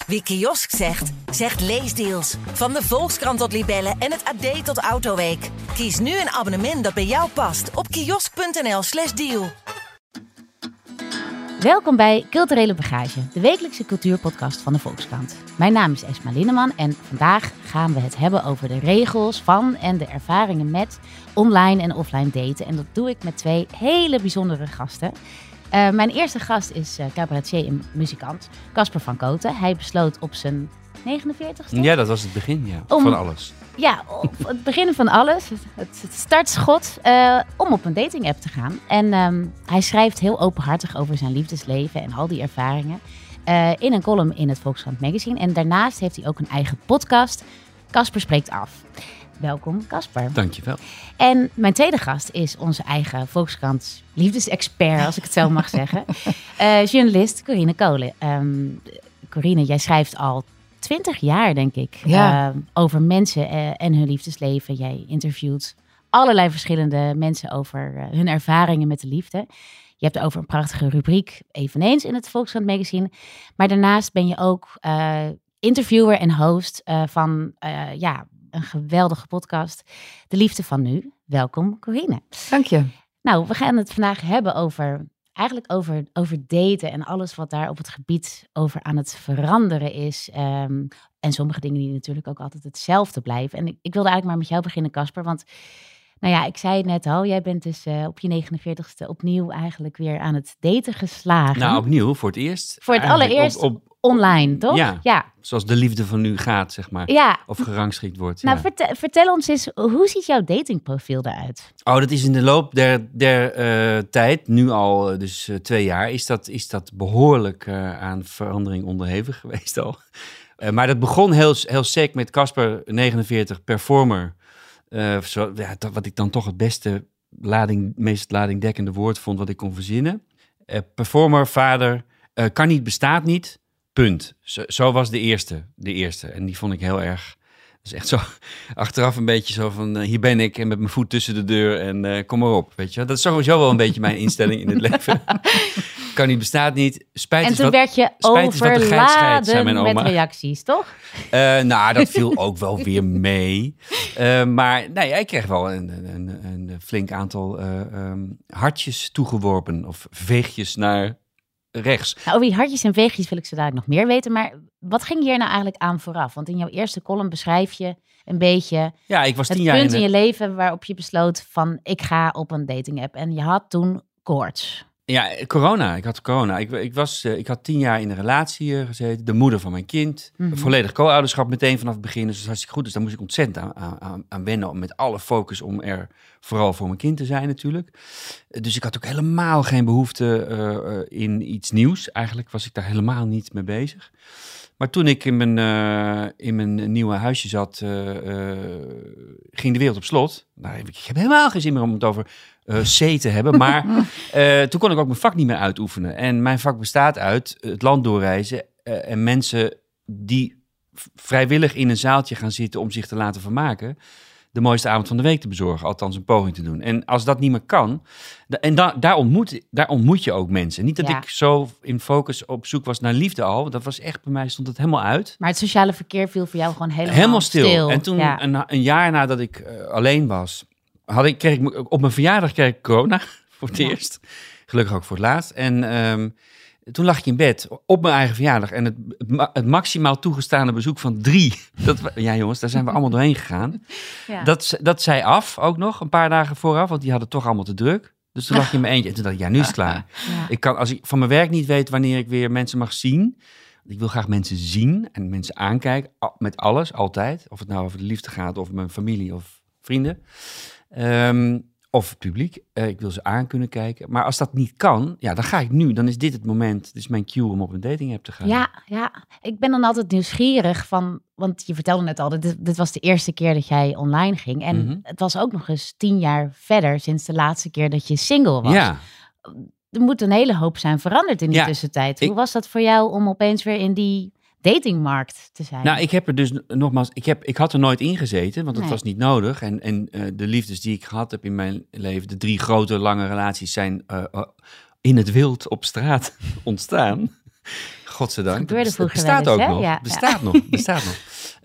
Wie kiosk zegt, zegt leesdeals. Van de Volkskrant tot Libellen en het AD tot Autoweek. Kies nu een abonnement dat bij jou past op kiosk.nl/deal. Welkom bij Culturele Bagage, de wekelijkse cultuurpodcast van de Volkskrant. Mijn naam is Esma Linneman en vandaag gaan we het hebben over de regels van en de ervaringen met online en offline daten. En dat doe ik met twee hele bijzondere gasten. Mijn eerste gast is cabaretier en muzikant Casper van Koten. Hij besloot op zijn 49ste? Ja, dat was het begin van alles. Ja, op het begin van alles, het startschot, om op een dating app te gaan. En hij schrijft heel openhartig over zijn liefdesleven en al die ervaringen in een column in het Volkskrant magazine. En daarnaast heeft hij ook een eigen podcast, Casper Spreekt Af. Welkom, Casper. Dankjewel. En mijn tweede gast is onze eigen Volkskrant liefdesexpert, als ik het zo mag zeggen. Journalist Corine Kolen. Corine, jij schrijft al 20 jaar, denk ik, over mensen en hun liefdesleven. Jij interviewt allerlei verschillende mensen over hun ervaringen met de liefde. Je hebt over een prachtige rubriek, eveneens in het Volkskrant magazine. Maar daarnaast ben je ook interviewer en host van een geweldige podcast, De Liefde van Nu. Welkom, Corine. Dank je. Nou, we gaan het vandaag hebben over daten en alles wat daar op het gebied over aan het veranderen is. En sommige dingen die natuurlijk ook altijd hetzelfde blijven. En ik wilde eigenlijk maar met jou beginnen, Casper. Want, nou ja, ik zei het net al, jij bent dus op je 49ste opnieuw eigenlijk weer aan het daten geslagen. Nou, opnieuw, voor het eerst. Voor het allereerst online, toch? Ja, zoals De Liefde van Nu gaat, zeg maar. Ja. Of gerangschikt wordt. Nou, vertel ons eens, hoe ziet jouw datingprofiel eruit? Oh, dat is in de loop der tijd, nu al dus 2 jaar, is dat behoorlijk aan verandering onderhevig geweest al. Maar dat begon heel sec met Casper, 49, performer. Wat ik dan toch het beste meest ladingdekkende woord vond wat ik kon verzinnen. Performer, vader, kan niet, bestaat niet, punt. Zo was de eerste. En die vond ik heel erg. Dat is echt zo achteraf een beetje zo van, hier ben ik en met mijn voet tussen de deur en kom maar op, weet je. Dat is sowieso wel een beetje mijn instelling in het leven. Kan niet, bestaat niet. Spijt en toen werd je overladen met reacties, toch? Nou, dat viel ook wel weer mee. Maar nee, ik kreeg wel een flink aantal hartjes toegeworpen of veegjes naar rechts. Nou, over die hartjes en veegjes wil ik zo dadelijk nog meer weten. Maar wat ging hier nou eigenlijk aan vooraf? Want in jouw eerste column beschrijf je een beetje ik was 10 het jaar punt in je leven waarop je besloot van ik ga op een dating app. En je had toen koorts. Ja, corona. Ik had corona. Ik had 10 jaar in een relatie gezeten. De moeder van mijn kind. Mm-hmm. Volledig co-ouderschap meteen vanaf het begin. Dus dat is hartstikke goed. Dus daar moest ik ontzettend aan wennen. Met alle focus om er vooral voor mijn kind te zijn natuurlijk. Dus ik had ook helemaal geen behoefte in iets nieuws. Eigenlijk was ik daar helemaal niet mee bezig. Maar toen ik in mijn nieuwe huisje zat, ging de wereld op slot. Nou, ik heb helemaal geen zin meer om het over C te hebben. Maar toen kon ik ook mijn vak niet meer uitoefenen. En mijn vak bestaat uit het land doorreizen en mensen die vrijwillig in een zaaltje gaan zitten om zich te laten vermaken, de mooiste avond van de week te bezorgen, althans een poging te doen. En als dat niet meer kan, daar ontmoet je ook mensen. Niet dat ik zo in focus op zoek was naar liefde al, dat was echt, bij mij stond het helemaal uit. Maar het sociale verkeer viel voor jou gewoon helemaal stil. En toen, een jaar nadat ik alleen was, op mijn verjaardag kreeg ik corona voor het eerst. Gelukkig ook voor het laatst. En toen lag ik in bed op mijn eigen verjaardag. En het maximaal toegestane bezoek van 3. Ja jongens, daar zijn we allemaal doorheen gegaan. Ja. Dat zei af ook nog, een paar dagen vooraf. Want die hadden toch allemaal te druk. Dus toen lag ik in mijn eentje. En toen dacht ik, nu is het klaar. Ja. Als ik van mijn werk niet weet wanneer ik weer mensen mag zien. Ik wil graag mensen zien en mensen aankijken. Met alles, altijd. Of het nou over de liefde gaat, of mijn familie of vrienden. Of het publiek. Ik wil ze aan kunnen kijken. Maar als dat niet kan, dan ga ik nu. Dan is dit het moment. Dit is mijn cue om op een dating app te gaan. Ja. Ik ben dan altijd nieuwsgierig van, want je vertelde net al, dit was de eerste keer dat jij online ging. En het was ook nog eens 10 jaar verder sinds de laatste keer dat je single was. Ja. Er moet een hele hoop zijn veranderd in die tussentijd. Hoe was dat voor jou om opeens weer in die datingmarkt te zijn? Nou, ik heb er dus nogmaals, ik had er nooit in gezeten, want het was niet nodig. En de liefdes die ik gehad heb in mijn leven, de 3 grote, lange relaties zijn in het wild op straat ontstaan. godzijdank. Het gebeurde Het vroeger bestaat wel eens, ook hè? nog. Ja. Bestaat nog.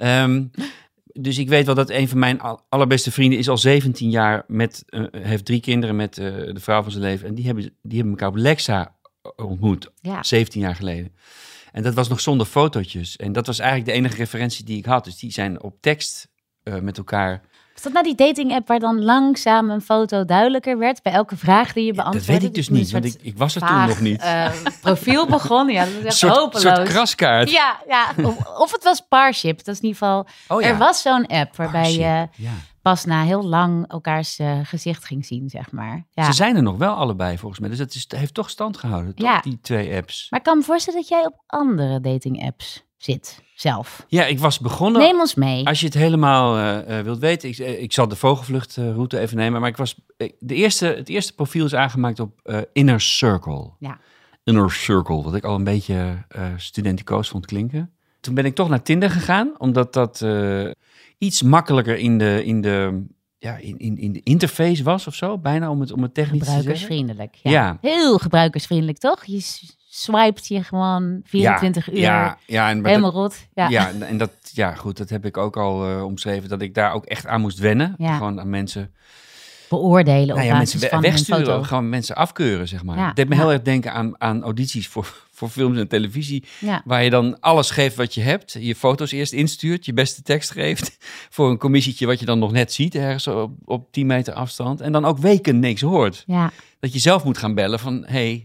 Dus ik weet wel dat een van mijn allerbeste vrienden is al 17 jaar heeft 3 kinderen met de vrouw van zijn leven. En die hebben elkaar op Lexa ontmoet, 17 jaar geleden. En dat was nog zonder fotootjes. En dat was eigenlijk de enige referentie die ik had. Dus die zijn op tekst met elkaar. Was dat nou die dating app waar dan langzaam een foto duidelijker werd bij elke vraag die je beantwoordde? Dat weet ik dus niet, want ik was er toen nog niet. Profiel begon, ja, dat is echt hopeloos. Een soort kraskaart. Ja. Of het was Parship, dat is in ieder geval... Er was zo'n app waarbij je pas na heel lang elkaars gezicht ging zien, zeg maar. Ja. Ze zijn er nog wel allebei volgens mij, dus het heeft toch stand gehouden, toch, die 2 apps. Maar ik kan me voorstellen dat jij op andere dating apps zit, zelf. Ja, ik was begonnen... Neem ons mee. Als je het helemaal wilt weten, ik zal de vogelvluchtroute even nemen, maar het eerste profiel is aangemaakt op Inner Circle. Ja. Inner Circle, wat ik al een beetje studenticoos vond klinken. Toen ben ik toch naar Tinder gegaan, omdat dat iets makkelijker in de interface was of zo, bijna om het technisch te zeggen. Gebruikersvriendelijk. Ja. Heel gebruikersvriendelijk, toch? Je swipet je gewoon 24 uur. Ja, en helemaal rot. Ja, en dat, goed, dat heb ik ook al omschreven, dat ik daar ook echt aan moest wennen. Ja. Gewoon aan mensen beoordelen op mensen van wegsturen, foto. Gewoon mensen afkeuren, zeg maar. Ja, Het deed me heel erg denken aan audities voor films en televisie, waar je dan alles geeft wat je hebt, je foto's eerst instuurt, je beste tekst geeft, voor een commissietje wat je dan nog net ziet, ergens op 10 meter afstand, en dan ook weken niks hoort. Ja. Dat je zelf moet gaan bellen van,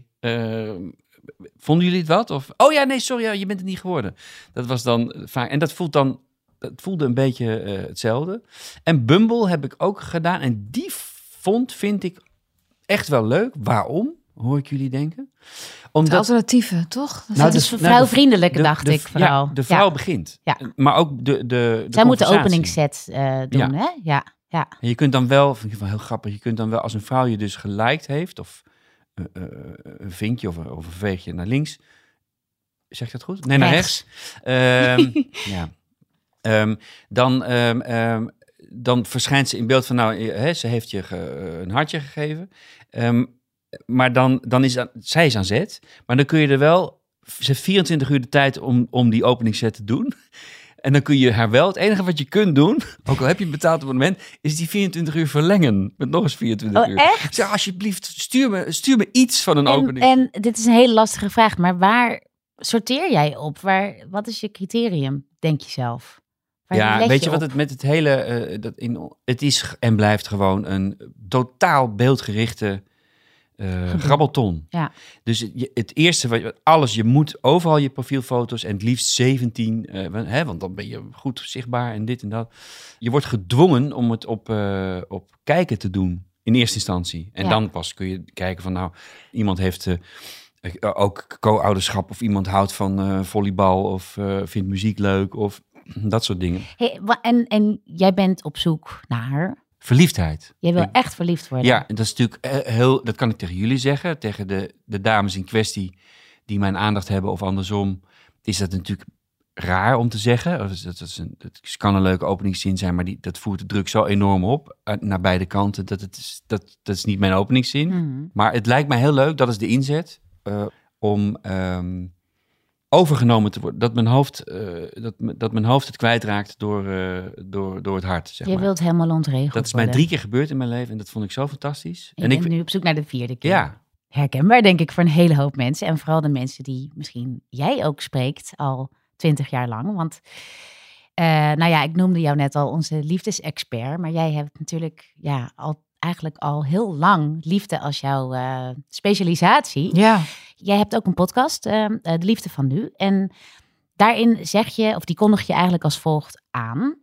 vonden jullie het wat? Of, oh ja, nee, sorry, je bent het niet geworden. Dat was dan vaak, en dat voelde een beetje hetzelfde. En Bumble heb ik ook gedaan, en die vind ik echt wel leuk. Waarom? Hoor ik jullie denken? Omdat de alternatieven, toch? Dat is vrouwvriendelijke, dacht ik vooral. Ja, de vrouw begint. Ja. Maar ook de zij moet de openingsset doen, hè? Ja. En je kunt dan wel, vind ik wel heel grappig, je kunt dan wel als een vrouw je dus geliked heeft, of een vinkje of een veegje naar links. Zeg ik dat goed? Nee, naar rechts. Dan verschijnt ze in beeld van, ze heeft je een hartje gegeven. Maar dan is zij is aan zet. Maar dan kun je er wel, ze heeft 24 uur de tijd om die openingsset te doen. En dan kun je haar wel, het enige wat je kunt doen, ook al heb je een betaald abonnement, is die 24 uur verlengen met nog eens 24 uur. Echt? Zeg, alsjeblieft, stuur me iets van een opening. En dit is een hele lastige vraag, maar waar sorteer jij op? Wat is je criterium, denk je zelf? Weet je wat het met het hele, het is en blijft gewoon een totaal beeldgerichte grabbelton. Ja. Dus het eerste, je moet overal je profielfoto's en het liefst 17, want dan ben je goed zichtbaar en dit en dat. Je wordt gedwongen om het op kijken te doen in eerste instantie. En dan pas kun je kijken van, iemand heeft ook co-ouderschap, of iemand houdt van volleybal, of vindt muziek leuk, of dat soort dingen. Hey, en jij bent op zoek naar verliefdheid. Jij wil echt verliefd worden. Ja, dat is natuurlijk dat kan ik tegen jullie zeggen, tegen de dames in kwestie die mijn aandacht hebben, of andersom, is dat natuurlijk raar om te zeggen. Dat kan een leuke openingszin zijn, maar dat voert de druk zo enorm op naar beide kanten, dat is niet mijn openingszin. Mm-hmm. Maar het lijkt mij heel leuk, dat is de inzet, om overgenomen te worden. Dat mijn hoofd het kwijtraakt door het hart. Zeg Je wilt helemaal ontregeld Dat is mij 3 keer gebeurd in mijn leven en dat vond ik zo fantastisch. En ik ben nu op zoek naar de 4e keer. Ja. Herkenbaar, denk ik, voor een hele hoop mensen. En vooral de mensen die misschien jij ook spreekt al 20 jaar lang. Want ik noemde jou net al onze liefdesexpert. Maar jij hebt natuurlijk eigenlijk al heel lang liefde als jouw specialisatie. Ja. Jij hebt ook een podcast, De Liefde van Nu. En daarin zeg je, of die kondig je eigenlijk als volgt aan.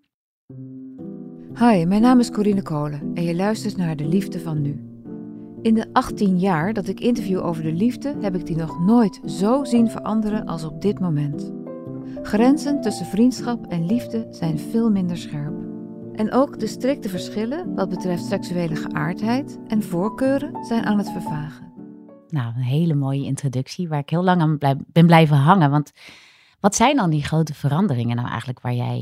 Hi, mijn naam is Corine Kolen en je luistert naar De Liefde van Nu. In de 18 jaar dat ik interview over de liefde, heb ik die nog nooit zo zien veranderen als op dit moment. Grenzen tussen vriendschap en liefde zijn veel minder scherp. En ook de strikte verschillen wat betreft seksuele geaardheid en voorkeuren zijn aan het vervagen. Nou, een hele mooie introductie waar ik heel lang aan ben blijven hangen. Want wat zijn dan die grote veranderingen nou eigenlijk waar jij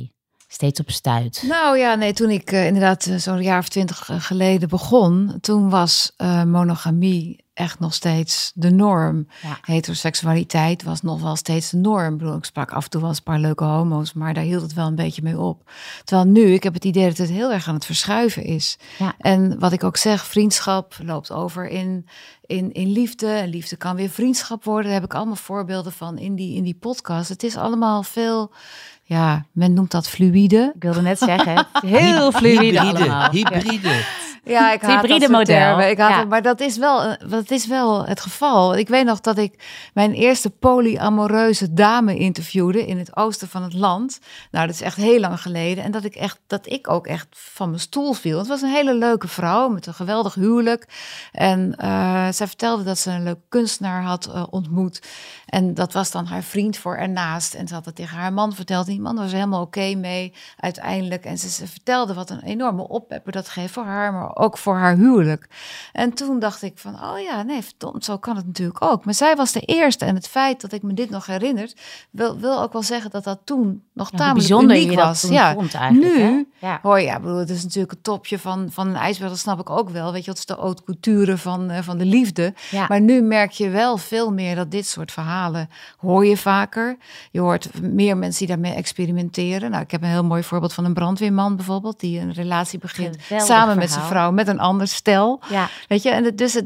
steeds op stuit? Nou ja, nee, toen ik inderdaad zo'n jaar of 20 geleden begon, toen was monogamie echt nog steeds de norm. Ja. Heteroseksualiteit was nog wel steeds de norm. Ik bedoel, ik sprak af en toe wel eens een paar leuke homo's, maar daar hield het wel een beetje mee op. Terwijl nu, ik heb het idee dat het heel erg aan het verschuiven is. Ja. En wat ik ook zeg, vriendschap loopt over in liefde. En liefde kan weer vriendschap worden. Daar heb ik allemaal voorbeelden van in die podcast. Het is allemaal veel, ja, men noemt dat fluïde. Ik wilde net zeggen, heel fluïde allemaal. Hybride. Ja, ik haat hybride dat soort model. termen. Ik haat Ja. het, maar dat is wel het geval. Ik weet nog dat ik mijn eerste polyamoreuze dame interviewde in het oosten van het land. Nou, dat is echt heel lang geleden. En dat ik ook echt van mijn stoel viel. Het was een hele leuke vrouw met een geweldig huwelijk. En zij vertelde dat ze een leuke kunstenaar had ontmoet. En dat was dan haar vriend voor ernaast. En ze had het tegen haar man verteld. En die man was er helemaal oké mee uiteindelijk. En ze vertelde wat een enorme oppepper dat geeft voor haar, maar ook voor haar huwelijk. En toen dacht ik van, oh ja, nee, verdomd, zo kan het natuurlijk ook. Maar zij was de eerste. En het feit dat ik me dit nog herinner, wil ook wel zeggen dat toen nog tamelijk bijzonder uniek je dat was. toen vond eigenlijk. Nu Hè? Ja. hoor je, ja, bedoel, het is natuurlijk het topje van een ijsberg, dat snap ik ook wel. Weet je, het is de haute couture van de liefde. Ja. Maar nu merk je wel veel meer dat dit soort verhalen hoor je vaker. Je hoort meer mensen die daarmee experimenteren. Nou, ik heb een heel mooi voorbeeld van een brandweerman bijvoorbeeld, die een relatie begint Geweldig samen met verhaal. zijn vrouw, met een ander stel. Ja. Weet je, en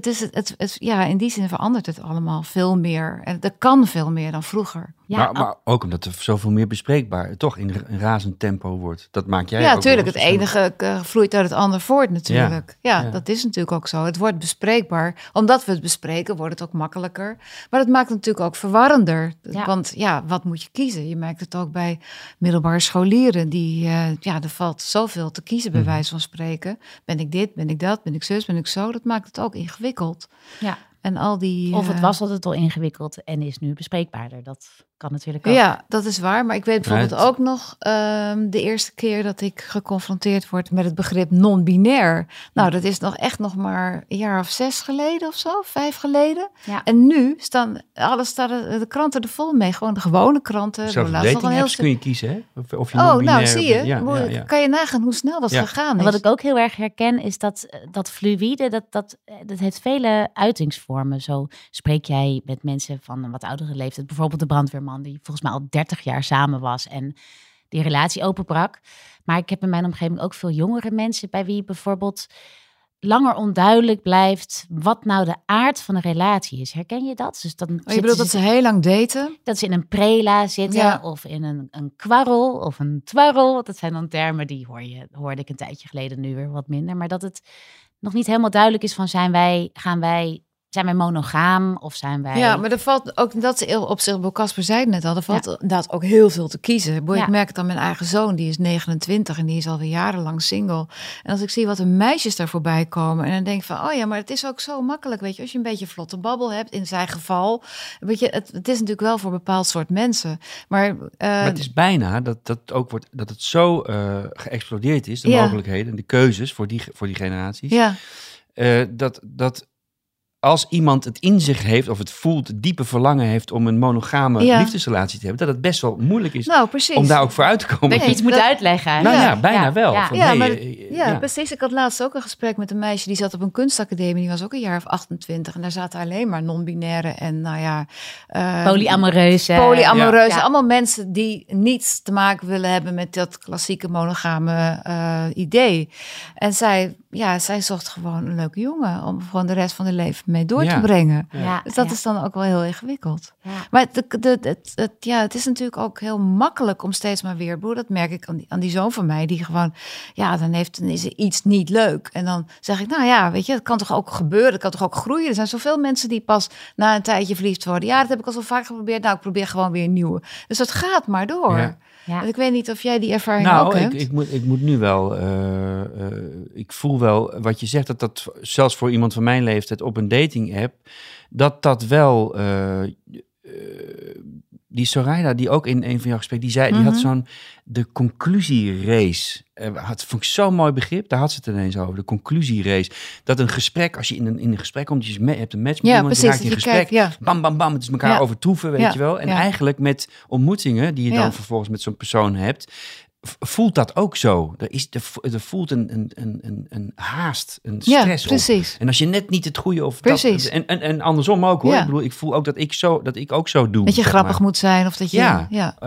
ja, in die zin verandert het allemaal veel meer. En er kan veel meer dan vroeger. Ja, maar ook omdat er zoveel meer bespreekbaar toch in een razend tempo wordt. Dat maak jij Ja, ook natuurlijk. wel. Het enige vloeit uit het ander voort natuurlijk. Ja, Ja. dat is natuurlijk ook zo. Het wordt bespreekbaar. Omdat we het bespreken, wordt het ook makkelijker. Maar het maakt het natuurlijk ook verwarrender. Ja. Want ja, wat moet je kiezen? Je merkt het ook bij middelbare scholieren. Er valt zoveel te kiezen bij wijze van spreken. Ben ik dit, ben ik dat, ben ik zus, ben ik zo? Dat maakt het ook ingewikkeld. Ja. En al die... Of het was altijd al ingewikkeld en is nu bespreekbaarder. Dat kan natuurlijk ook. Ja, dat is waar. Maar ik weet bijvoorbeeld Right. ook nog de eerste keer dat ik geconfronteerd word met het begrip non-binair. Nou, dat is nog maar een jaar of 6 geleden of zo, 5 geleden. Ja. En nu staan de kranten er vol mee. Gewoon de gewone kranten. Zelfs Laatst nog dating een apps kun je kiezen, hè? Of je Oh, non-binair nou zie je. bent. Ja. Kan je nagaan hoe snel dat Ja. gegaan En wat is. ik ook heel erg herken is dat fluïde, dat heeft vele uitingsvormen. Zo spreek jij met mensen van een wat oudere leeftijd. Bijvoorbeeld de brandweerman die volgens mij al 30 jaar samen was en die relatie openbrak. Maar ik heb in mijn omgeving ook veel jongere mensen bij wie bijvoorbeeld langer onduidelijk blijft wat nou de aard van een relatie is. Herken je dat? Dus dan Je bedoelt dat ze heel lang daten? dat ze in een prela zitten Ja. of in een kwarrel of een twarrel. Dat zijn dan termen die hoorde ik een tijdje geleden, nu weer wat minder. Maar dat het nog niet helemaal duidelijk is van zijn wij monogaam of zijn wij... Ja, maar er valt ook, dat is op zich, Casper zei het net al, er valt inderdaad ook heel veel te kiezen. Ik Ja. merk het aan mijn eigen zoon, die is 29 en die is alweer jarenlang single. En als ik zie wat de meisjes daar voorbij komen en dan denk ik van, oh ja, maar het is ook zo makkelijk, weet je, als je een beetje vlotte babbel hebt, in zijn geval, weet je, het is natuurlijk wel voor een bepaald soort mensen. Maar het is bijna dat het zo geëxplodeerd is, de Ja. mogelijkheden en de keuzes voor die generaties. ja, Dat als iemand het in zich heeft of het voelt, het diepe verlangen heeft om een monogame Ja. liefdesrelatie te hebben, dat het best wel moeilijk is nou precies. om daar ook voor uit te komen. Dat je iets moet dat- uitleggen. Nou ja, Ja. bijna wel. Ja. Van, Ja, hey, maar ja. precies. Ik had laatst ook een gesprek met een meisje die zat op een kunstacademie. Die was ook een jaar of 28 en daar zaten alleen maar non-binaire en Polyamoreuze. polyamoreuze. Ja. Allemaal mensen die niets te maken willen hebben met dat klassieke monogame idee. En zij zocht gewoon een leuke jongen om gewoon de rest van haar leven mee door Ja. te brengen. Ja, Dus dat ja. is dan ook wel heel ingewikkeld. Ja. Maar het is natuurlijk ook heel makkelijk om steeds maar weer... Broer, dat merk ik aan die zoon van mij, die gewoon... Ja, dan is er iets niet leuk. En dan zeg ik, nou ja, weet je, het kan toch ook gebeuren. Het kan toch ook groeien. Er zijn zoveel mensen die pas na een tijdje verliefd worden. Ja, dat heb ik al zo vaak geprobeerd. Nou, ik probeer gewoon weer een nieuwe. Dus dat gaat maar door. Ja. Ja. En ik weet niet of jij die ervaring Nou, ook hebt. ik moet nu wel... ik voel wel wat je zegt, dat zelfs voor iemand van mijn leeftijd op een dating app, dat wel... die Soraya, die ook in een van jouw gesprekken, die zei, die had zo'n de conclusierace. Vond ik zo'n mooi begrip. Daar had ze het ineens over. De conclusierace. Dat een gesprek, als je in een gesprek komt, je hebt een match met Ja, iemand, je precies, raakt in dat je gesprek. kijkt, ja. Bam, bam, bam. Het is elkaar Ja. overtroeven, weet Ja. je wel. En Ja. eigenlijk met ontmoetingen die je dan Ja. vervolgens met zo'n persoon hebt, voelt dat ook zo. Er voelt een haast, een stress ja, precies. op. En als je net niet het goede of precies. dat... En andersom ook hoor. Ja. Ik bedoel, ik voel ook dat ik ook zo doe. Dat je grappig moet zijn of dat je... Ja.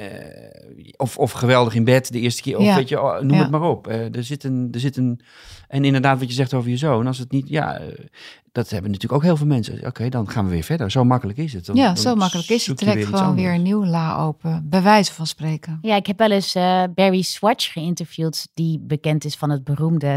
Of geweldig in bed de eerste keer. Of weet je, noem het maar op. Er zit een... En inderdaad wat je zegt over je zoon. Als het niet... dat hebben natuurlijk ook heel veel mensen. Oké, dan gaan we weer verder. Zo makkelijk is het. Dan zo makkelijk is het. Trek gewoon anders. weer een nieuwe la open. Bij wijze van spreken. Ja, ik heb wel eens Barry Swatch geïnterviewd, die bekend is van het beroemde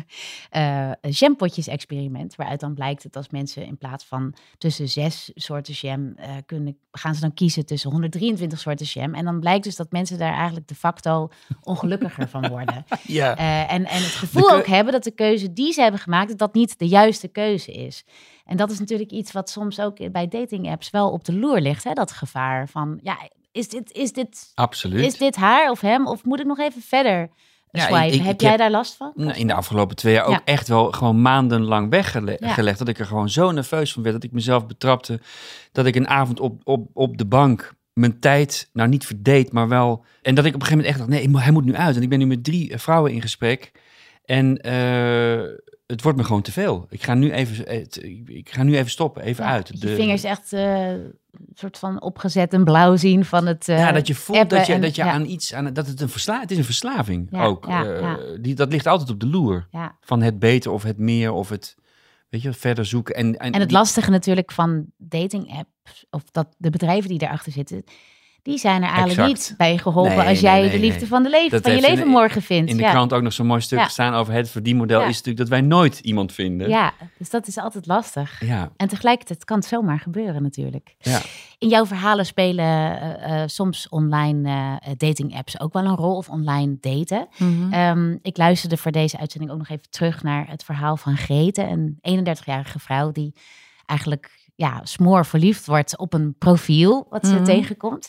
jampotjes-experiment. Waaruit dan blijkt dat als mensen in plaats van tussen 6 soorten jam gaan ze dan kiezen tussen 123 soorten jam. En dan blijkt dus dat mensen daar eigenlijk de facto ongelukkiger van worden. Ja. En het gevoel ook hebben dat de keuze die ze hebben gemaakt, dat niet de juiste keuze is. En dat is natuurlijk iets wat soms ook bij dating-apps wel op de loer ligt. Hè? Dat gevaar van, Absoluut. Is dit haar of hem? Of moet ik nog even verder swipen? Heb jij daar last van? In de afgelopen 2 jaar ook echt wel gewoon maandenlang weggelegd. Dat ik er gewoon zo nerveus van werd. Dat ik mezelf betrapte. Dat ik een avond op de bank mijn tijd nou niet verdeed, maar wel... En dat ik op een gegeven moment echt dacht, nee, hij moet nu uit. En ik ben nu met 3 vrouwen in gesprek. En het wordt me gewoon te veel. Ik ga nu even stoppen, even uit. Je vingers echt een soort van opgezet en blauw zien van het dat je voelt dat je ja. aan iets... dat het het is een verslaving ook. Ja. Dat ligt altijd op de loer. Ja. Van het beter of het meer of het... Weet je, verder zoeken. En het lastige natuurlijk van dating apps, of dat de bedrijven die daarachter zitten, die zijn er eigenlijk niet bij geholpen als jij de liefde van je leven morgen vindt. In de krant ook nog zo'n mooi stuk staan over het verdienmodel is natuurlijk dat wij nooit iemand vinden. Ja, dus dat is altijd lastig. Ja. En tegelijkertijd kan het zomaar gebeuren natuurlijk. Ja. In jouw verhalen spelen soms online dating apps ook wel een rol, of online daten. Mm-hmm. Ik luisterde voor deze uitzending ook nog even terug naar het verhaal van Grete, een 31-jarige vrouw die eigenlijk smoor verliefd wordt op een profiel wat ze tegenkomt.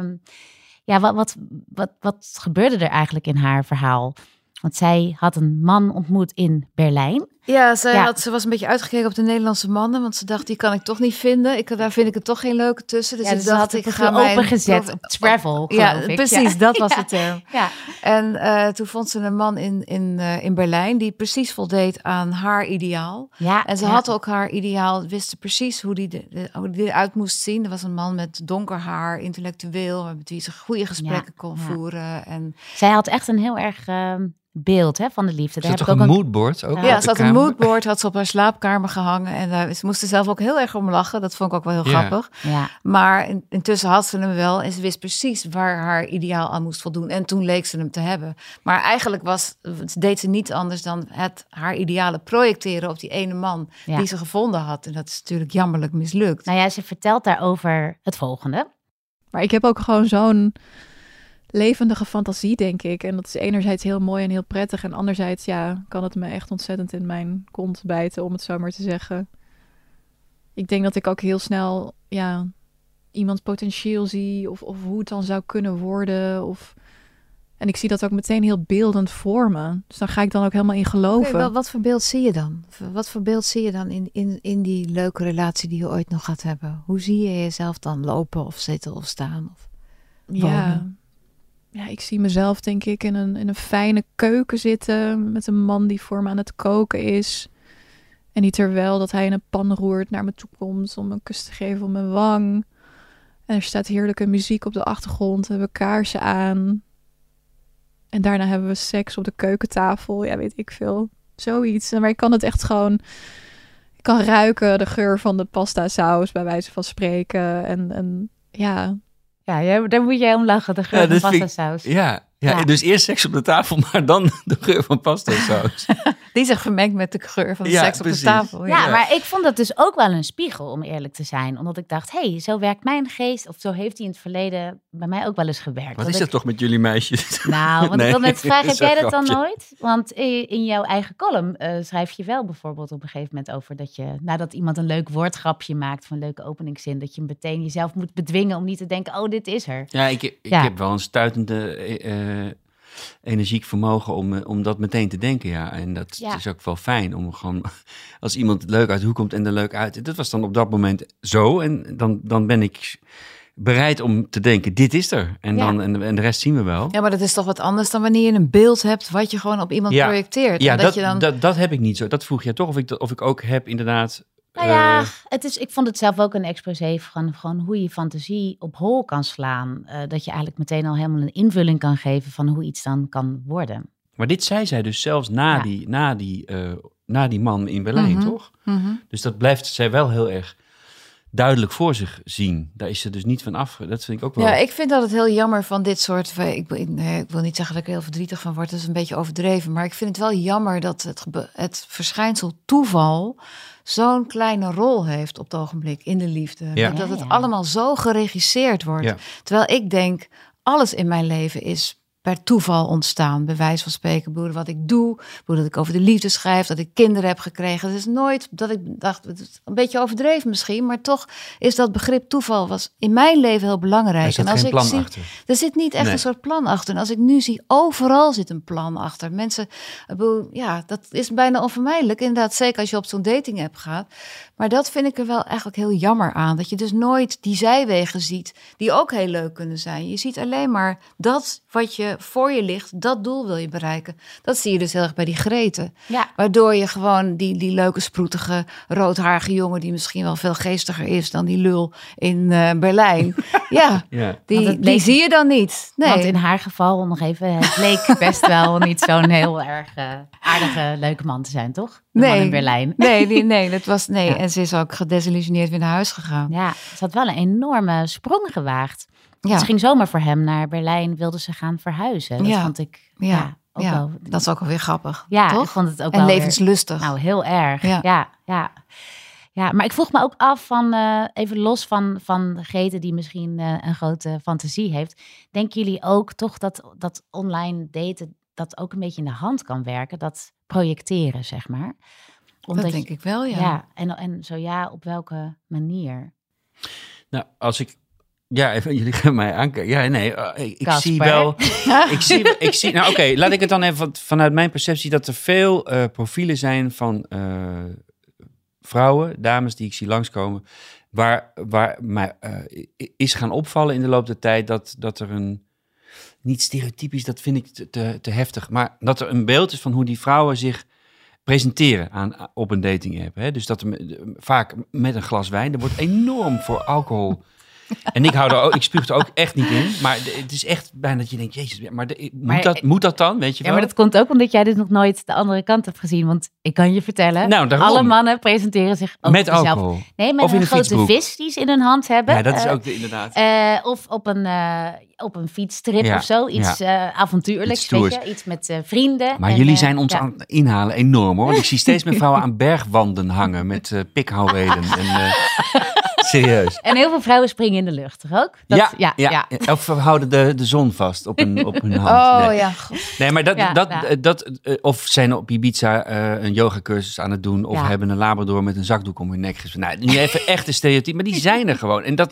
Wat gebeurde er eigenlijk in haar verhaal? Want zij had een man ontmoet in Berlijn. Ja, ze was een beetje uitgekeken op de Nederlandse mannen, want ze dacht, die kan ik toch niet vinden. Daar vind ik het toch geen leuke tussen. Dus ik dacht, ik ga opengezet op travel, geloof ik. Precies, dat was de term. Ja. En toen vond ze een man in Berlijn die precies voldeed aan haar ideaal. Ja, en ze had ook haar ideaal, wist precies hoe die eruit moest zien. Er was een man met donker haar, intellectueel, met wie ze goede gesprekken kon voeren. En zij had echt een heel erg beeld van de liefde. Daar heb ik ook een moodboard ook. Ja, ze had een moodboard, had ze op haar slaapkamer gehangen. En ze moest er zelf ook heel erg om lachen. Dat vond ik ook wel heel grappig. Ja. Maar intussen had ze hem wel. En ze wist precies waar haar ideaal aan moest voldoen. En toen leek ze hem te hebben. Maar eigenlijk deed ze niet anders dan haar idealen projecteren op die ene man die ze gevonden had. En dat is natuurlijk jammerlijk mislukt. Nou ja, ze vertelt daarover het volgende. Maar ik heb ook gewoon zo'n levendige fantasie, denk ik. En dat is enerzijds heel mooi en heel prettig. En anderzijds, kan het me echt ontzettend in mijn kont bijten, om het zo maar te zeggen. Ik denk dat ik ook heel snel, iemands potentieel zie. Of hoe het dan zou kunnen worden. En ik zie dat ook meteen heel beeldend voor me. Dus daar ga ik dan ook helemaal in geloven. Okay, wat voor beeld zie je dan? Wat voor beeld zie je dan in die leuke relatie die je ooit nog gaat hebben? Hoe zie je jezelf dan lopen of zitten of staan? Of wonen? Ja, ik zie mezelf denk ik in een fijne keuken zitten met een man die voor me aan het koken is. En die terwijl dat hij in een pan roert naar me toe komt om een kus te geven op mijn wang. En er staat heerlijke muziek op de achtergrond, we hebben kaarsen aan. En daarna hebben we seks op de keukentafel, weet ik veel. Zoiets. Maar ik kan het echt gewoon... Ik kan ruiken de geur van de pasta saus, bij wijze van spreken. En ja... Ja, daar moet jij om lachen, de geur van pasta saus. Ja, dus eerst seks op de tafel, maar dan de geur van pasta saus. Die zich vermengt met de geur van de seks op de tafel. Ja, maar ik vond dat dus ook wel een spiegel, om eerlijk te zijn. Omdat ik dacht, zo werkt mijn geest. Of zo heeft hij in het verleden bij mij ook wel eens gewerkt. Wat is dat toch met jullie meisjes? Nou, want ik wil net vragen, heb jij dat dan nooit? Want in jouw eigen column schrijf je wel bijvoorbeeld op een gegeven moment over dat je, nadat iemand een leuk woordgrapje maakt, van een leuke openingszin, dat je meteen jezelf moet bedwingen om niet te denken, oh, dit is er. Ja, ik heb wel een stuitende energiek vermogen om dat meteen te denken, En dat is ook wel fijn om gewoon, als iemand leuk uit de hoek komt en er leuk uit. Dat was dan op dat moment zo. En dan ben ik bereid om te denken, dit is er. En, Ja. dan, en de rest zien we wel. Ja, maar dat is toch wat anders dan wanneer je een beeld hebt wat je gewoon op iemand projecteert. Ja, En dat, je dan... dat heb ik niet zo. Dat vroeg je toch? Of ik ook heb inderdaad... Nou ja, ik vond het zelf ook een exposé van gewoon hoe je fantasie op hol kan slaan. Dat je eigenlijk meteen al helemaal een invulling kan geven van hoe iets dan kan worden. Maar dit zei zij dus zelfs na die man in Berlijn, toch? Dus dat blijft zij wel heel erg duidelijk voor zich zien. Daar is ze dus niet van af. Dat vind ik ook wel... Ja, ik vind dat het heel jammer van dit soort... Ik wil niet zeggen dat ik er heel verdrietig van word. Dat is een beetje overdreven. Maar ik vind het wel jammer dat het verschijnsel toeval... zo'n kleine rol heeft op het ogenblik in de liefde. Ja. Dat het Ja. allemaal zo geregisseerd wordt. Ja. Terwijl ik denk, alles in mijn leven is per toeval ontstaan. Bij wijze van spreken, broer, wat ik doe. Broer, dat ik over de liefde schrijf. Dat ik kinderen heb gekregen. Het is nooit dat ik dacht, het is een beetje overdreven misschien. Maar toch is dat begrip toeval was in mijn leven heel belangrijk. Er zat geen plan achter. Er zit niet echt Nee. een soort plan achter. En als ik nu zie, overal zit een plan achter. Mensen, ja, dat is bijna onvermijdelijk. Inderdaad, zeker als je op zo'n dating-app gaat. Maar dat vind ik er wel eigenlijk heel jammer aan. Dat je dus nooit die zijwegen ziet, die ook heel leuk kunnen zijn. Je ziet alleen maar dat wat je voor je ligt, dat doel wil je bereiken. Dat zie je dus heel erg bij die Grete. Ja. Waardoor je gewoon die leuke, sproetige, roodharige jongen, die misschien wel veel geestiger is dan die lul in Berlijn. Ja, Ja. Want die het bleek- zie je dan niet. Nee. Want in haar geval, nog even, het leek best wel niet zo'n heel erg aardige, leuke man te zijn, toch? De man in Berlijn. Nee, dat was nee. Ja. En ze is ook gedesillusioneerd weer naar huis gegaan. Ja, ze had wel een enorme sprong gewaagd. Ja. Ze ging zomaar voor hem naar Berlijn, wilde ze gaan verhuizen. Dat Ja. vond ik Ja, ook ja, wel... dat is ook alweer grappig. Ja, toch? ik vond het ook en wel weer- levenslustig. Nou, heel erg. Ja. Ja, maar ik vroeg me ook af van, even los van Grete die misschien een grote fantasie heeft. Denken jullie ook toch dat online daten dat ook een beetje in de hand kan werken? Dat projecteren, zeg maar. dat denk ik wel, ja. Ja, en zo ja, op welke manier? Nou, als ik... Ja, even, jullie gaan mij aankijken. Ja, nee, ik Kasper. zie wel... ik zie nou, oké, laat ik het dan even vanuit mijn perceptie... dat er veel profielen zijn van vrouwen, dames die ik zie langskomen... waar mij is gaan opvallen in de loop der tijd... dat er een... Niet stereotypisch, dat vind ik te heftig... maar dat er een beeld is van hoe die vrouwen zich... presenteren op een dating app. Hè? Dus dat vaak met een glas wijn, er wordt enorm voor alcohol. En ik spuug er ook echt niet in. Maar het is echt bijna dat je denkt, jezus, maar moet dat dan? Weet je Ja, wel? maar dat komt ook omdat jij dit nog nooit de andere kant hebt gezien. Want ik kan je vertellen, Nou, daarom. alle mannen presenteren zich ook met zelf. alcohol. Nee, met Of in een een grote fietsbroek. vis die ze in hun hand hebben. Ja, dat is ook inderdaad. Of op een fietsstrip Ja, of zo. Iets avontuurlijks, Iets stoers. weet je. Iets met vrienden. Maar En, jullie zijn ons ja. aan het inhalen enorm, hoor. Want ik zie steeds meer vrouwen aan bergwanden hangen met pikhouwelen. Serieus. En heel veel vrouwen springen in de lucht, toch ook? Ja. Of houden de zon vast op hun hand. Oh Nee. ja. Nee, maar Ja, of zijn op Ibiza een yogacursus aan het doen... of Ja. hebben een Labrador met een zakdoek om hun nek gespannen. Nou, nu even echte stereotypen, maar die zijn er gewoon. En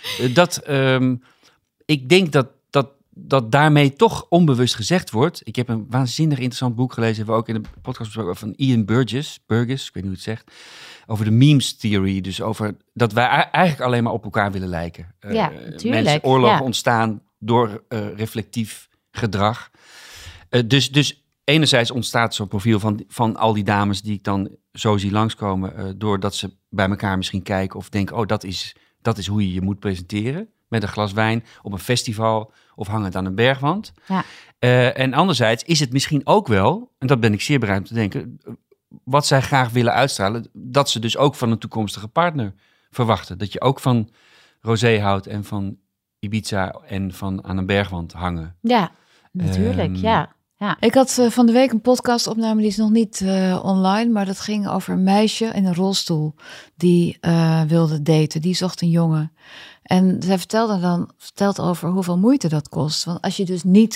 ik denk dat daarmee toch onbewust gezegd wordt... Ik heb een waanzinnig interessant boek gelezen... hebben we ook in de podcast besproken van Ian Burgess, ik weet niet hoe het zegt... over de memes theory, dus over dat wij eigenlijk alleen maar op elkaar willen lijken. Ja, tuurlijk, Oorlogen ja. ontstaan door reflectief gedrag. Dus enerzijds ontstaat zo'n profiel van al die dames die ik dan zo zie langskomen... doordat ze bij elkaar misschien kijken of denken... oh, dat is hoe je je moet presenteren. Met een glas wijn op een festival of hangend aan een bergwand. Ja. En anderzijds is het misschien ook wel, en dat ben ik zeer bereid om te denken... wat zij graag willen uitstralen... dat ze dus ook van een toekomstige partner verwachten. Dat je ook van rosé houdt en van Ibiza en van aan een bergwand hangen. Ja, natuurlijk, ja. Ik had van de week een podcastopname, die is nog niet online, maar dat ging over een meisje in een rolstoel die wilde daten. Die zocht een jongen. En zij vertelt over hoeveel moeite dat kost. Want als je dus niet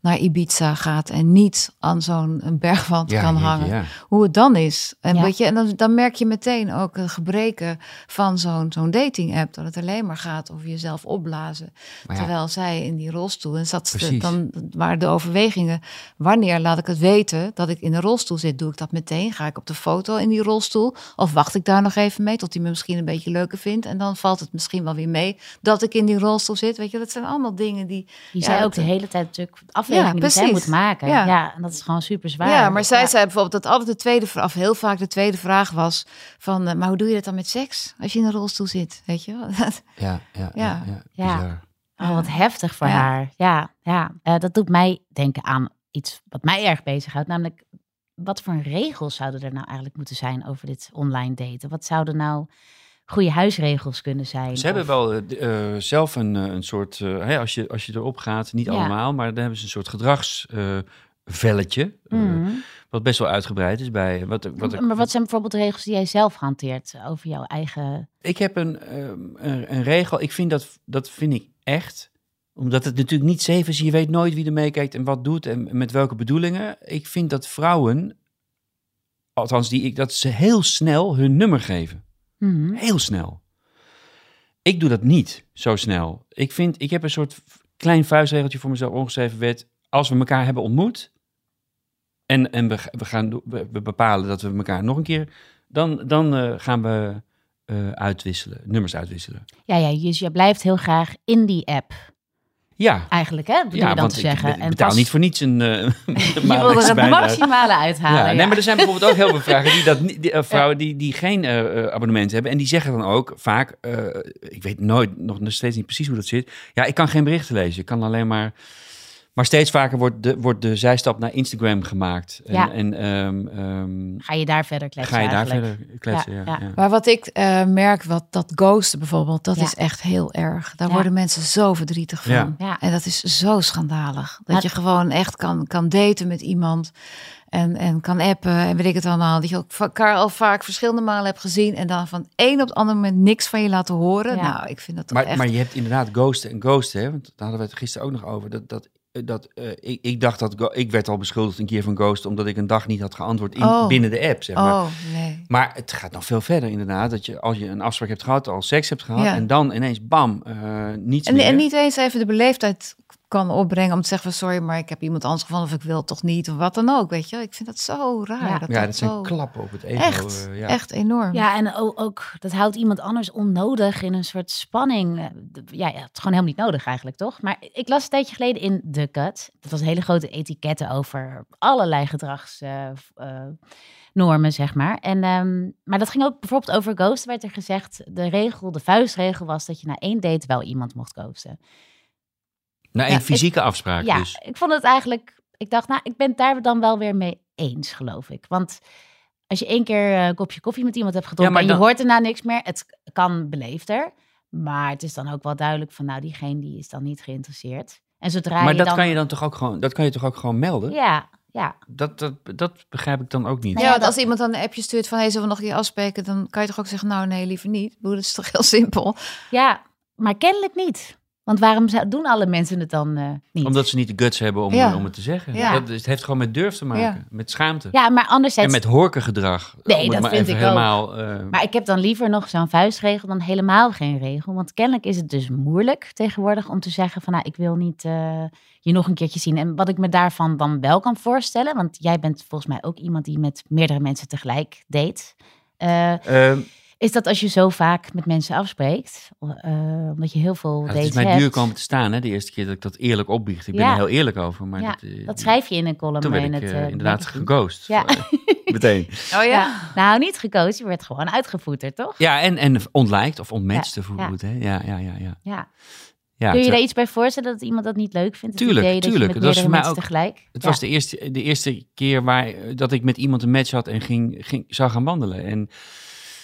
naar Ibiza gaat en niet aan zo'n bergwand kan hangen. Ja. Hoe het dan is. En, Ja. weet je, en dan merk je meteen ook de gebreken van zo'n dating app. Dat het alleen maar gaat over jezelf opblazen. Maar ja, Terwijl zij in die rolstoel. En Precies. dan waren de overwegingen. Wanneer laat ik het weten dat ik in een rolstoel zit? Doe ik dat meteen? Ga ik op de foto in die rolstoel? Of wacht ik daar nog even mee tot hij me misschien een beetje leuker vindt? En dan valt het misschien wel weer mee dat ik in die rolstoel zit. Weet je, dat zijn allemaal dingen die... Die zij ook de hele tijd natuurlijk afwegingen die zij precies. moet maken. Ja. Ja, en dat is gewoon super zwaar. Ja, maar zij zei bijvoorbeeld dat altijd heel vaak de tweede vraag was van... maar hoe doe je dat dan met seks als je in een rolstoel zit? Weet je wel? ja. Ja. Bizar. Oh, wat heftig voor Ja. haar. Ja. Dat doet mij denken aan iets wat mij erg bezighoudt. Namelijk, wat voor regels zouden er nou eigenlijk moeten zijn over dit online daten? Wat zouden nou goede huisregels kunnen zijn? Ze hebben Of- wel zelf een soort, als je erop gaat, niet Ja. allemaal, maar dan hebben ze een soort gedragsvelletje, Mhm. wat best wel uitgebreid is bij Maar wat zijn bijvoorbeeld de regels die jij zelf hanteert over jouw eigen... Ik heb een regel, dat vind ik echt, omdat het natuurlijk niet safe is, je weet nooit wie er meekijkt en wat doet en met welke bedoelingen. Ik vind dat vrouwen, althans dat ze heel snel hun nummer geven. Mhm. Heel snel. Ik doe dat niet zo snel. Ik heb een soort klein vuistregeltje voor mezelf ongeschreven wet. Als we elkaar hebben ontmoet en we bepalen dat we elkaar nog een keer, dan gaan we nummers uitwisselen. Ja, dus je blijft heel graag in die app. Ja, Eigenlijk, hè? Bedoel je dan want te zeggen. ik betaal niet voor niets een Je wil er maandelijkse het bijdrage. maximale uithalen. Ja, Ja, nee, maar er zijn bijvoorbeeld ook heel veel vragen vrouwen die geen abonnement hebben. En die zeggen dan ook vaak, ik weet nog steeds niet precies hoe dat zit. Ja, ik kan geen berichten lezen. Ik kan alleen maar... Maar steeds vaker wordt de zijstap naar Instagram gemaakt. Ja. Ga je daar verder kletsen Ga je daar eigenlijk? verder kletsen, Ja, ja. ja. Maar wat ik merk, dat ghosten bijvoorbeeld, dat Ja. is echt heel erg. Daar Ja. worden mensen zo verdrietig van. Ja. Ja. En dat is zo schandalig. Dat Maar- je gewoon echt kan daten met iemand en kan appen en weet ik het allemaal. Dat je elkaar al vaak verschillende malen hebt gezien en dan van één op het andere moment niks van je laten horen. Ja. Nou, ik vind dat toch echt... Maar je hebt inderdaad ghosten en ghosten, hè? Want daar hadden we het gisteren ook nog over. Ik dacht ik werd al beschuldigd een keer van ghosten omdat ik een dag niet had geantwoord binnen de app, zeg maar. Oh, nee. Maar het gaat nog veel verder inderdaad. Dat je als je een afspraak hebt gehad, al seks hebt gehad Ja. en dan ineens bam, niets meer. En niet eens even de beleefdheid kan opbrengen om te zeggen van sorry, maar ik heb iemand anders gevonden of ik wil het toch niet of wat dan ook, weet je. Ik vind dat zo raar. Ja. Ja, dat zijn zo... klappen op het ego. Echt, ja. echt enorm. Ja, en ook dat houdt iemand anders onnodig in een soort spanning. Ja, het is gewoon helemaal niet nodig eigenlijk, toch? Maar ik las een tijdje geleden in The Cut. Dat was hele grote etiketten over allerlei gedragsnormen, zeg maar. Maar dat ging ook bijvoorbeeld over ghosten. Werd er gezegd, de vuistregel was dat je na 1 date wel iemand mocht ghosten. Nou, een fysieke afspraak Ja, dus. ik vond het eigenlijk... Ik dacht, ik ben het daar dan wel weer mee eens, geloof ik. Want als je 1 keer een kopje koffie met iemand hebt gedronken Ja, maar en je dan- hoort daarna niks meer, het kan beleefder. Maar het is dan ook wel duidelijk van, nou, diegene die is dan niet geïnteresseerd. En zodra Maar je dat dan... kan je dan toch ook gewoon melden? Ja. Dat begrijp ik dan ook niet. Ja, want als iemand dan een appje stuurt van hey, zullen we nog een keer afspreken, dan kan je toch ook zeggen nou nee, liever niet. Ik bedoel, dat is toch heel simpel. Ja, maar kennelijk niet. Want waarom doen alle mensen het dan niet? Omdat ze niet de guts hebben om het te zeggen. Ja. Het heeft gewoon met durf te maken. Ja. Met schaamte. Ja, maar anderzijds... En met horkengedrag. Nee, Om het dat maar vind even ik ook. helemaal, Maar ik heb dan liever nog zo'n vuistregel dan helemaal geen regel. Want kennelijk is het dus moeilijk tegenwoordig om te zeggen van... nou, ik wil niet je nog een keertje zien. En wat ik me daarvan dan wel kan voorstellen... want jij bent volgens mij ook iemand die met meerdere mensen tegelijk date... is dat als je zo vaak met mensen afspreekt... omdat je heel veel het dates is mij hebt... duur komen te staan, hè, de eerste keer dat ik dat eerlijk opbiecht. Ik ben Ja. er heel eerlijk over. Maar Ja, dat, dat schrijf je in een column toen werd in ik het inderdaad magazine. geghost. Ja. Meteen. Oh Ja. Nou, niet gekozen, je werd gewoon uitgevoerd, toch? Ja, en ontliked of ontmatched. Ja, Of hoe ja. het, hè? Ja. Ja. Kun je daar iets bij voorstellen dat iemand dat niet leuk vindt? Het idee dat je Tuurlijk. met Dat was meerdere voor mij mensen ook- tegelijk... Het Ja. was de eerste keer dat ik met iemand een match had en zou gaan wandelen. En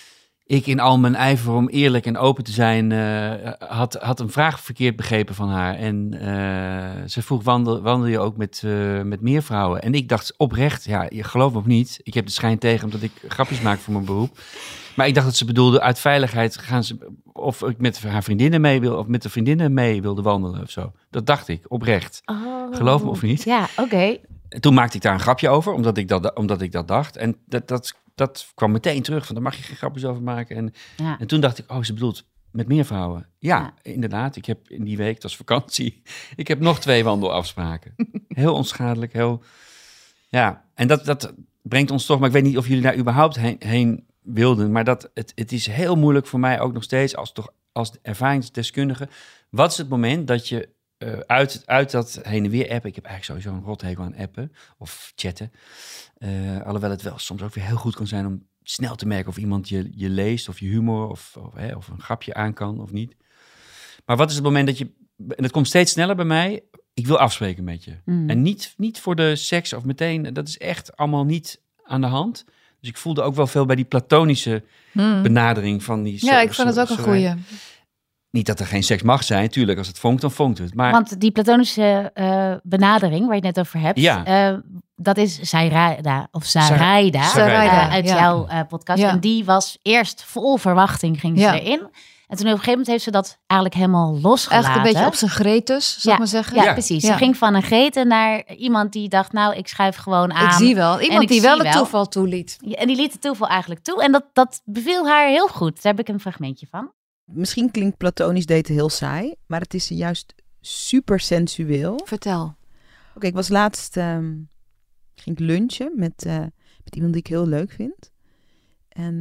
ik in al mijn ijver om eerlijk en open te zijn, had een vraag verkeerd begrepen van haar. En ze vroeg, wandel je ook met meer vrouwen? En ik dacht oprecht, ja, je gelooft me of niet. Ik heb de schijn tegen omdat ik grapjes maak voor mijn beroep. Maar ik dacht dat ze bedoelde, uit veiligheid of ik met haar vriendinnen mee wil, of met de vriendinnen mee wilde wandelen of zo. Dat dacht ik, oprecht. Oh. Geloof me of niet. Ja, oké. En toen maakte ik daar een grapje over, omdat ik dat dacht. En dat kwam meteen terug, van daar mag je geen grapjes over maken. En toen dacht ik, ze bedoelt met meer vrouwen. Ja, inderdaad. Ik heb in die week, dat was vakantie, ik heb nog 2 wandelafspraken. Heel onschadelijk, ja. En dat brengt ons toch, maar ik weet niet of jullie daar überhaupt heen wilden, maar het is heel moeilijk voor mij ook nog steeds, als ervaringsdeskundige. Wat is het moment dat je uit dat heen en weer appen, ik heb eigenlijk sowieso een rothekel aan appen of chatten, alhoewel het wel soms ook weer heel goed kan zijn om snel te merken of iemand je leest, of je humor, of een grapje aan kan of niet. Maar wat is het moment dat je, en het komt steeds sneller bij mij, ik wil afspreken met je. En niet voor de seks of meteen, dat is echt allemaal niet aan de hand. Dus ik voelde ook wel veel bij die platonische benadering van die... Ja, ik vond het ook een goeie. Niet dat er geen seks mag zijn, tuurlijk. Als het vonkt, dan vonkt het. Maar... Want die platonische benadering waar je het net over hebt, dat is Sarayda uit jouw podcast. Ja. En die was eerst vol verwachting, ging ze erin. En toen op een gegeven moment heeft ze dat eigenlijk helemaal losgelaten. Eigenlijk een beetje op zijn gretus, zou ik maar zeggen. Ja, precies. Ja. Ze ging van een greten naar iemand die dacht, nou, ik schuif gewoon aan. Ik zie wel. Iemand die wel het toeval toeliet. Ja, en die liet het toeval eigenlijk toe. En dat beviel haar heel goed. Daar heb ik een fragmentje van. Misschien klinkt platonisch daten heel saai, maar het is juist super sensueel. Vertel. Oké, ik was laatst, ging ik lunchen met iemand die ik heel leuk vind. En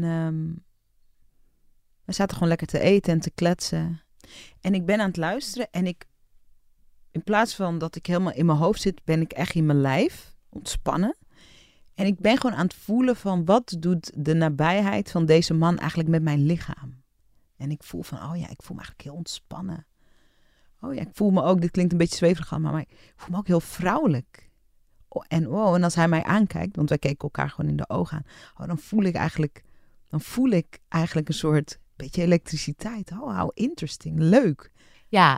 we zaten gewoon lekker te eten en te kletsen. En ik ben aan het luisteren en in plaats van dat ik helemaal in mijn hoofd zit, ben ik echt in mijn lijf ontspannen. En ik ben gewoon aan het voelen van wat doet de nabijheid van deze man eigenlijk met mijn lichaam. En ik voel van, ik voel me eigenlijk heel ontspannen. Ik voel me ook, dit klinkt een beetje zweverig allemaal, maar ik voel me ook heel vrouwelijk. En als hij mij aankijkt, want wij keken elkaar gewoon in de ogen aan. Dan voel ik eigenlijk een soort beetje elektriciteit. How interesting, leuk. Ja,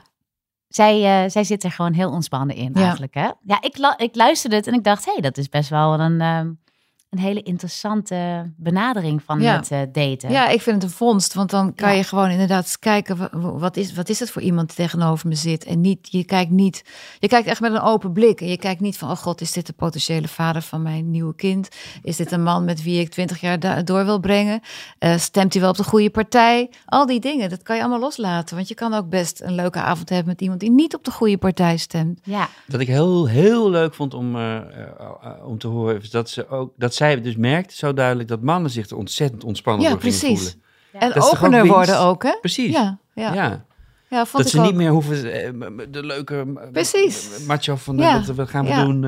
zij zit er gewoon heel ontspannen in eigenlijk. Hè? Ja, ik luisterde het en ik dacht, dat is best wel een hele interessante benadering van het daten. Ja, ik vind het een vondst. Want dan kan je gewoon inderdaad kijken, wat is het voor iemand die tegenover me zit? En je kijkt echt met een open blik. En je kijkt niet van, oh god, is dit de potentiële vader van mijn nieuwe kind? Is dit een man met wie ik 20 jaar door wil brengen? Stemt hij wel op de goede partij? Al die dingen, dat kan je allemaal loslaten. Want je kan ook best een leuke avond hebben met iemand die niet op de goede partij stemt. Ja. Wat ik heel, heel leuk vond om te horen, is dat zij dus merkt zo duidelijk dat mannen zich er ontzettend ontspannen door gingen voelen. Ja. En opener worden ook, hè? Precies. Ja, dat ze niet meer hoeven de leuke macho van wat gaan we doen.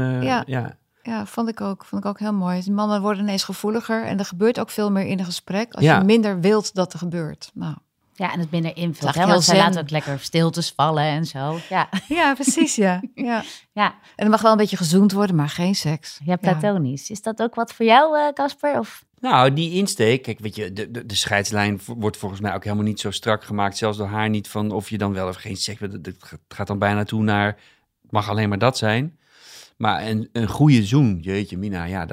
Ja, vond ik ook heel mooi. Mannen worden ineens gevoeliger en er gebeurt ook veel meer in een gesprek als je minder wilt dat er gebeurt. Nou. Ja, en het minder invult. Want zij laten ook lekker stiltes vallen en zo. Ja, precies, ja. En er mag wel een beetje gezoend worden, maar geen seks. Ja, platonisch. Is dat ook wat voor jou, Casper? Of? Nou, die insteek, kijk, weet je, de scheidslijn wordt volgens mij ook helemaal niet zo strak gemaakt. Zelfs door haar niet van of je dan wel of geen seks hebt. Het gaat dan bijna toe naar, het mag alleen maar dat zijn. Maar een goede zoen, jeetje mina,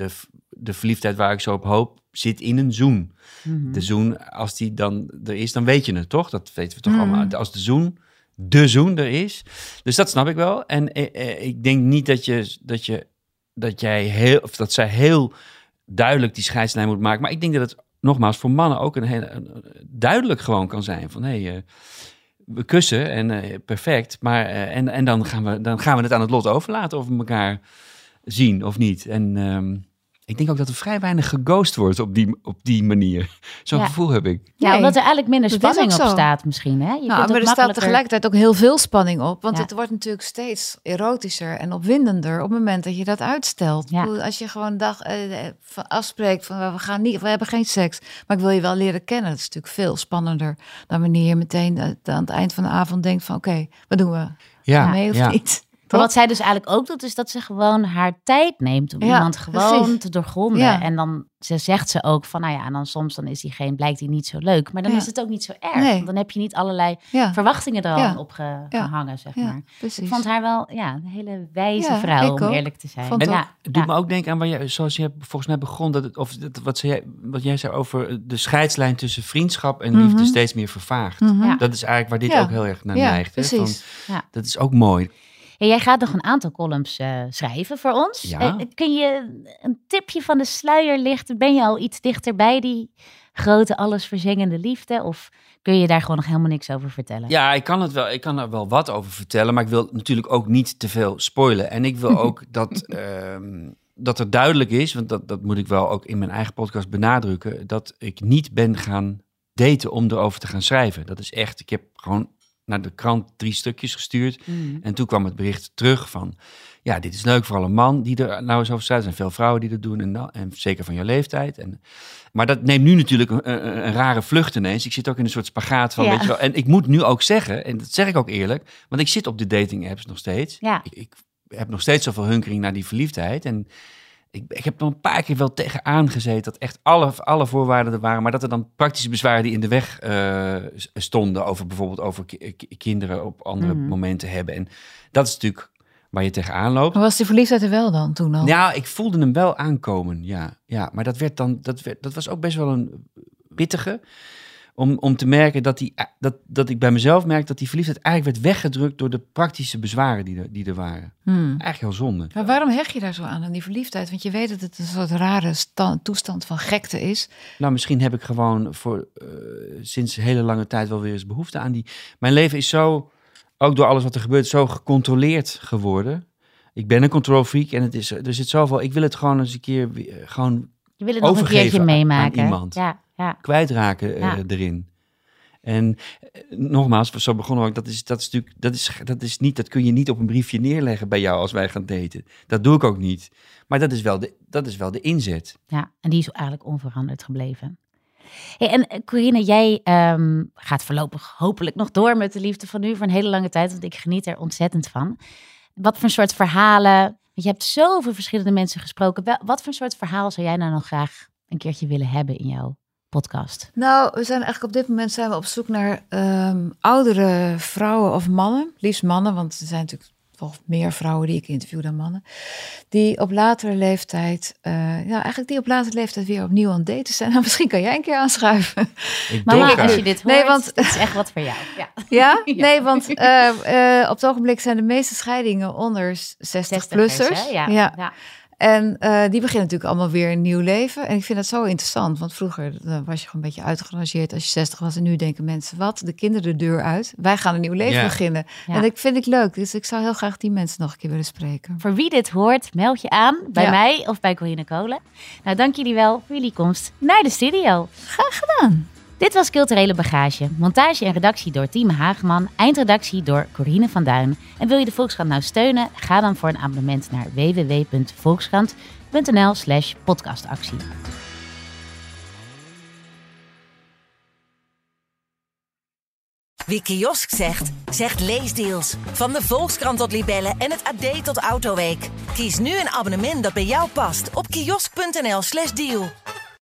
de verliefdheid waar ik zo op hoop, zit in een zoen. Mm-hmm. De zoen, als die dan er is, dan weet je het, toch? Dat weten we toch allemaal. Als de zoen er is. Dus dat snap ik wel. En ik denk niet dat zij heel duidelijk die scheidslijn moet maken. Maar ik denk dat het, nogmaals, voor mannen ook duidelijk gewoon kan zijn. Van, we kussen en perfect. Maar, en dan gaan we het aan het lot overlaten of we elkaar zien of niet. En ik denk ook dat er vrij weinig geghost wordt op die manier. Zo'n gevoel heb ik. Ja, omdat er eigenlijk minder spanning op staat misschien. Hè? Maar er staat tegelijkertijd ook heel veel spanning op. Want het wordt natuurlijk steeds erotischer en opwindender op het moment dat je dat uitstelt. Ja. Als je gewoon afspreekt van we hebben geen seks, maar ik wil je wel leren kennen. Dat is natuurlijk veel spannender dan wanneer je meteen aan het eind van de avond denkt van oké, wat doen we? Ja, mee of niet? Maar wat zij dus eigenlijk ook doet, is dat ze gewoon haar tijd neemt om iemand gewoon precies. te doorgronden. Ja. En dan zegt ze ook van, nou ja, en dan soms dan is blijkt die niet zo leuk. Maar dan is het ook niet zo erg. Nee. Want dan heb je niet allerlei Ja. verwachtingen er al Ja. op gehangen, zeg maar. Precies. Ik vond haar wel een hele wijze Ja, vrouw, ik om ook. eerlijk te zijn. Vond En ook. het doet me ook denken aan zoals je volgens mij begon, wat jij zei over de scheidslijn tussen vriendschap en liefde steeds meer vervaagt. Ja. Dat is eigenlijk waar dit ook heel erg naar neigt. Hè? Precies. Dat is ook mooi. Hey, jij gaat nog een aantal columns schrijven voor ons. Ja. Kun je een tipje van de sluier lichten? Ben je al iets dichter bij die grote, allesverzengende liefde? Of kun je daar gewoon nog helemaal niks over vertellen? Ja, ik kan er wel wat over vertellen, maar ik wil natuurlijk ook niet te veel spoilen. En ik wil ook dat er duidelijk is, want dat moet ik wel ook in mijn eigen podcast benadrukken, dat ik niet ben gaan daten om erover te gaan schrijven. Dat is echt, ik heb gewoon naar de krant 3 stukjes gestuurd. En toen kwam het bericht terug van, ja, dit is leuk voor alle man die er nou eens over schrijft. Er zijn veel vrouwen die dat doen en zeker van jouw leeftijd. Maar dat neemt nu natuurlijk een rare vlucht ineens. Ik zit ook in een soort spagaat van, weet je wel. En ik moet nu ook zeggen, en dat zeg ik ook eerlijk, want ik zit op de dating apps nog steeds. Ja. Ik heb nog steeds zoveel hunkering naar die verliefdheid. En ik heb nog een paar keer wel tegenaan gezeten dat echt alle voorwaarden er waren, maar dat er dan praktische bezwaren die in de weg stonden over bijvoorbeeld over kinderen op andere momenten hebben. En dat is natuurlijk waar je tegenaan loopt. Maar was die verliefdheid er wel dan toen al? Ja, ik voelde hem wel aankomen, ja. Maar dat was ook best wel een pittige. Om te merken dat ik bij mezelf merk dat die verliefdheid eigenlijk werd weggedrukt door de praktische bezwaren die er waren. Eigenlijk heel zonde. Maar waarom hecht je daar zo aan die verliefdheid? Want je weet dat het een soort rare toestand van gekte is. Nou, misschien heb ik gewoon sinds een hele lange tijd wel weer eens behoefte aan die. Mijn leven is zo, ook door alles wat er gebeurt, zo gecontroleerd geworden. Ik ben een control freak en er zit zoveel. Ik wil het gewoon eens een keer gewoon Je wil het nog een overgeven keertje meemaken. aan iemand. Ja. Kwijtraken erin. En nogmaals, zo begonnen we ook, dat kun je niet op een briefje neerleggen bij jou als wij gaan daten. Dat doe ik ook niet. Maar dat is wel de inzet. Ja, en die is eigenlijk onveranderd gebleven. Hey, en Corinne, jij gaat voorlopig hopelijk nog door met de liefde van nu voor een hele lange tijd, want ik geniet er ontzettend van. Wat voor soort verhalen, want je hebt zoveel verschillende mensen gesproken. Wat voor soort verhaal zou jij nou nog graag een keertje willen hebben in jouw podcast? Nou, we zijn eigenlijk op dit moment op zoek naar oudere vrouwen of mannen. Liefst mannen, want er zijn natuurlijk toch meer vrouwen die ik interview dan mannen. Die op latere leeftijd, weer opnieuw aan het daten zijn. Nou, misschien kan jij een keer aanschuiven. Mama, als je dit hoort, Nee, want het is echt wat voor jou. Ja? Ja? Nee, want op het ogenblik zijn de meeste scheidingen onder 60-plussers. Ja. En die beginnen natuurlijk allemaal weer een nieuw leven. En ik vind dat zo interessant. Want vroeger was je gewoon een beetje uitgerangeerd als je 60 was. En nu denken mensen, wat? De kinderen de deur uit. Wij gaan een nieuw leven beginnen. Ja. En dat vind ik leuk. Dus ik zou heel graag die mensen nog een keer willen spreken. Voor wie dit hoort, meld je aan bij mij of bij Corinne Kolen. Nou, dank jullie wel voor jullie komst naar de studio. Graag gedaan. Dit was Culturele Bagage. Montage en redactie door Tieme Hageman. Eindredactie door Corine van Duin. En wil je de Volkskrant nou steunen? Ga dan voor een abonnement naar www.volkskrant.nl/podcastactie. Wie kiosk zegt, zegt leesdeals. Van de Volkskrant tot Libellen en het AD tot Autoweek. Kies nu een abonnement dat bij jou past op kiosk.nl/deal.